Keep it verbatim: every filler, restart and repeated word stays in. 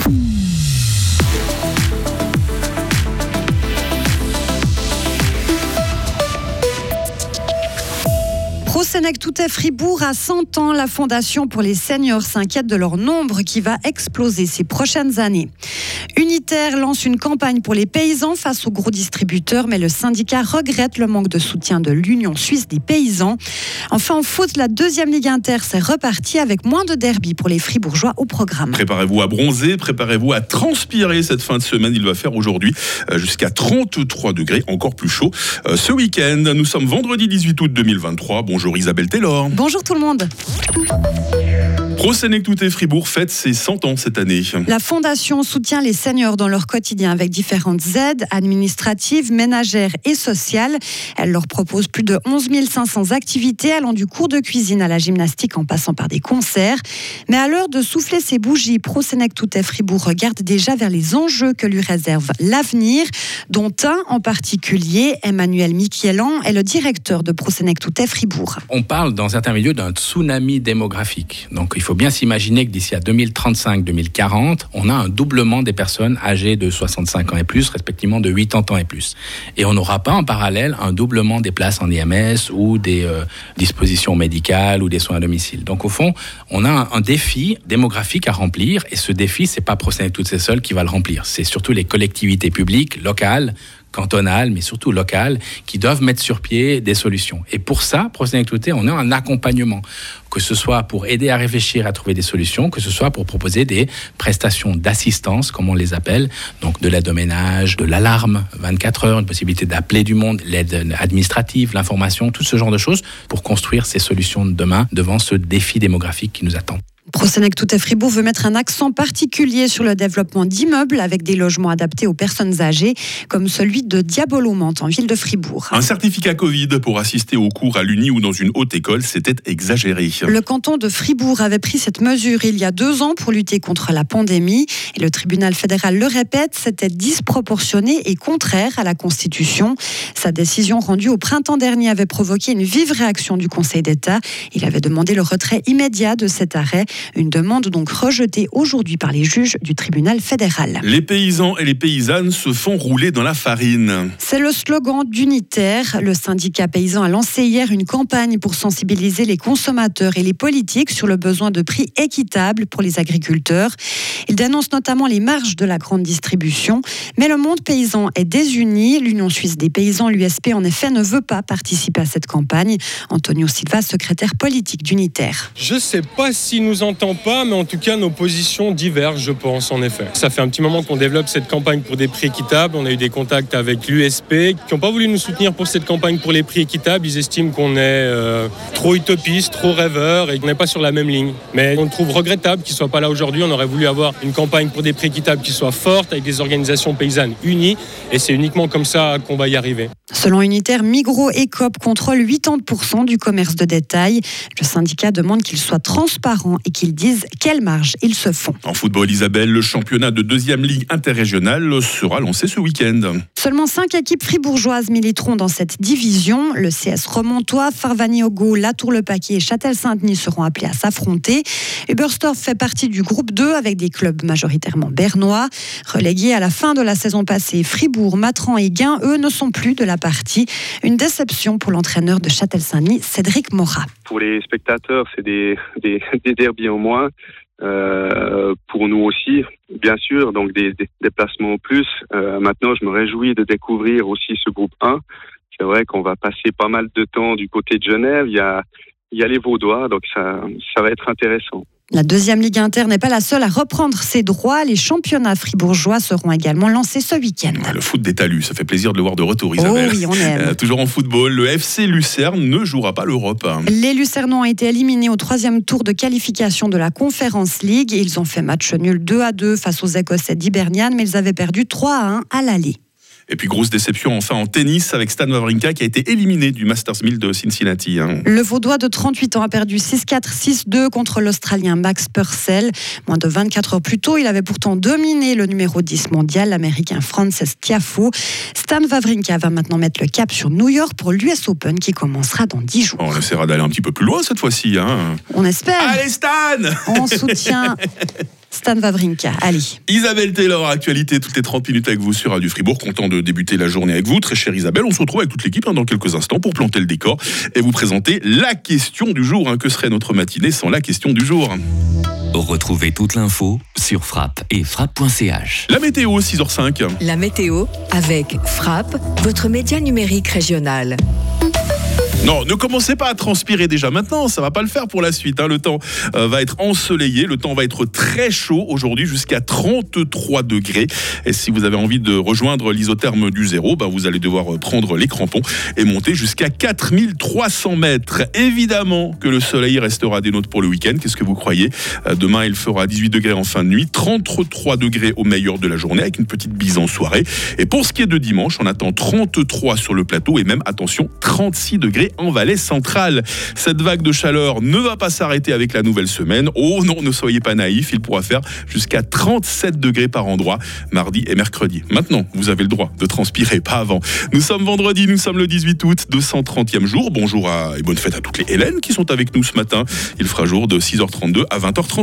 Prosenec Toutet Fribourg a cent ans. La Fondation pour les seniors s'inquiète de leur nombre qui va exploser ces prochaines années. Unitaire lance une campagne pour les paysans face aux gros distributeurs, mais le syndicat regrette le manque de soutien de l'Union suisse des paysans. Enfin, en foot, la deuxième Ligue Inter s'est repartie avec moins de derby pour les Fribourgeois au programme. Préparez-vous à bronzer, préparez-vous à transpirer cette fin de semaine. Il va faire aujourd'hui jusqu'à trente-trois degrés, encore plus chaud. Ce week-end, nous sommes vendredi dix-huit août deux mille vingt-trois. Bonjour Isabelle Taylor. Bonjour tout le monde. Prosenec Toutet Fribourg fête ses cent ans cette année. La Fondation soutient les seniors dans leur quotidien avec différentes aides administratives, ménagères et sociales. Elle leur propose plus de onze mille cinq cents activités allant du cours de cuisine à la gymnastique en passant par des concerts. Mais à l'heure de souffler ses bougies, Prosenec Toutet Fribourg regarde déjà vers les enjeux que lui réserve l'avenir, dont un en particulier. Emmanuel Michielan est le directeur de Prosenec Toutet Fribourg. On parle dans certains milieux d'un tsunami démographique. Donc il faut bien s'imaginer que d'ici à deux mille trente-cinq deux mille quarante, on a un doublement des personnes âgées de soixante-cinq ans et plus, respectivement de quatre-vingts ans et plus. Et on n'aura pas en parallèle un doublement des places en I M S ou des euh, dispositions médicales ou des soins à domicile. Donc au fond, on a un, un défi démographique à remplir, et ce défi, c'est pas Prosenec Toutet seul qui va le remplir. C'est surtout les collectivités publiques, locales, cantonales, mais surtout locales, qui doivent mettre sur pied des solutions. Et pour ça, Prosenec Toutet, on a un accompagnement, que ce soit pour aider à réfléchir, à trouver des solutions, que ce soit pour proposer des prestations d'assistance, comme on les appelle, donc de l'aide au ménage, de l'alarme, vingt-quatre heures, une possibilité d'appeler du monde, l'aide administrative, l'information, tout ce genre de choses, pour construire ces solutions de demain devant ce défi démographique qui nous attend. Prosenec Toutet Fribourg veut mettre un accent particulier sur le développement d'immeubles avec des logements adaptés aux personnes âgées, comme celui de Diabolomante en ville de Fribourg. Un certificat Covid pour assister aux cours à l'Uni ou dans une haute école, c'était exagéré. Le canton de Fribourg avait pris cette mesure il y a deux ans pour lutter contre la pandémie. Et le tribunal fédéral le répète, c'était disproportionné et contraire à la Constitution. Sa décision rendue au printemps dernier avait provoqué une vive réaction du Conseil d'État. Il avait demandé le retrait immédiat de cet arrêt. Une demande donc rejetée aujourd'hui par les juges du tribunal fédéral. Les paysans et les paysannes se font rouler dans la farine. C'est le slogan d'Unitaire. Le syndicat paysan a lancé hier une campagne pour sensibiliser les consommateurs et les politiques sur le besoin de prix équitables pour les agriculteurs. Il dénonce notamment les marges de la grande distribution. Mais le monde paysan est désuni. L'Union suisse des paysans, l'U S P, en effet, ne veut pas participer à cette campagne. Antonio Silva, secrétaire politique d'Unitaire. Je ne sais pas si nous entend pas, mais en tout cas, nos positions divergent, je pense, en effet. Ça fait un petit moment qu'on développe cette campagne pour des prix équitables. On a eu des contacts avec l'U S P qui n'ont pas voulu nous soutenir pour cette campagne pour les prix équitables. Ils estiment qu'on est euh, trop utopiste, trop rêveur et qu'on n'est pas sur la même ligne. Mais on trouve regrettable qu'ils ne soient pas là aujourd'hui. On aurait voulu avoir une campagne pour des prix équitables qui soit forte, avec des organisations paysannes unies. Et c'est uniquement comme ça qu'on va y arriver. Selon Unitaire, Migros et Coop contrôlent quatre-vingt pour cent du commerce de détail. Le syndicat demande qu'ils soient transparents et qu'ils disent quelle marge ils se font. En football, Isabelle, le championnat de deuxième ligue interrégionale sera lancé ce week-end. Seulement cinq équipes fribourgeoises militeront dans cette division. Le C S Remontois, Farvagny-Ogo, Latour-le-Paquet et Châtel-Saint-Denis seront appelés à s'affronter. Uberstorf fait partie du groupe deux avec des clubs majoritairement bernois. Relégués à la fin de la saison passée, Fribourg, Matran et Gain, eux, ne sont plus de la partie. Une déception pour l'entraîneur de Châtel-Saint-Denis, Cédric Morat. Pour les spectateurs, c'est des, des, des derbys en moins. Euh, pour nous aussi, bien sûr, donc des, des déplacements en plus. Euh, maintenant, je me réjouis de découvrir aussi ce groupe un. C'est vrai qu'on va passer pas mal de temps du côté de Genève. Il y a, il y a les Vaudois, donc ça, ça va être intéressant. La deuxième Ligue Inter n'est pas la seule à reprendre ses droits. Les championnats fribourgeois seront également lancés ce week-end. Ouais, le foot des talus, ça fait plaisir de le voir de retour, Isabelle. Oh oui, on aime. Euh, toujours en football, le F C Lucerne ne jouera pas l'Europe. Les Lucernois ont été éliminés au troisième tour de qualification de la Conference League. Ils ont fait match nul deux à deux face aux Écossais d'Hibernian, mais ils avaient perdu trois à un à l'aller. Et puis grosse déception enfin en tennis avec Stan Wawrinka qui a été éliminé du Masters mille de Cincinnati. Hein. Le Vaudois de trente-huit ans a perdu six quatre, six deux contre l'Australien Max Purcell. Moins de vingt-quatre heures plus tôt, il avait pourtant dominé le numéro dix mondial, l'Américain Frances Tiafoe. Stan Wawrinka va maintenant mettre le cap sur New York pour l'U S Open qui commencera dans dix jours. On essaiera d'aller un petit peu plus loin cette fois-ci. Hein. On espère. Allez Stan. On soutient Stan Wawrinka. Allez. Isabelle Taylor, actualité toutes les trente minutes avec vous sur Radio Fribourg. Content de débuter la journée avec vous, très chère Isabelle. On se retrouve avec toute l'équipe hein, dans quelques instants pour planter le décor et vous présenter la question du jour. Hein. Que serait notre matinée sans la question du jour ? Retrouvez toute l'info sur Frappe et frappe point c h. La météo, six heures cinq. La météo avec Frappe, votre média numérique régional. Non, ne commencez pas à transpirer déjà maintenant, ça va pas le faire pour la suite. Hein. Le temps euh, va être ensoleillé, le temps va être très chaud aujourd'hui jusqu'à trente-trois degrés. Et si vous avez envie de rejoindre l'isotherme du zéro, bah, vous allez devoir prendre les crampons et monter jusqu'à quatre mille trois cents mètres. Évidemment que le soleil restera des nôtres pour le week-end. Qu'est-ce que vous croyez ? euh, Demain, il fera dix-huit degrés en fin de nuit, trente-trois degrés au meilleur de la journée avec une petite bise en soirée. Et pour ce qui est de dimanche, on attend trente-trois sur le plateau et même, attention, trente-six degrés en Valais centrale. Cette vague de chaleur ne va pas s'arrêter avec la nouvelle semaine. Oh non, ne soyez pas naïfs, il pourra faire jusqu'à trente-sept degrés par endroit mardi et mercredi. Maintenant, vous avez le droit de transpirer, pas avant. Nous sommes vendredi, nous sommes le dix-huit août, deux cent trentième jour. Bonjour à, et bonne fête à toutes les Hélènes qui sont avec nous ce matin. Il fera jour de six heures trente-deux à vingt heures trente.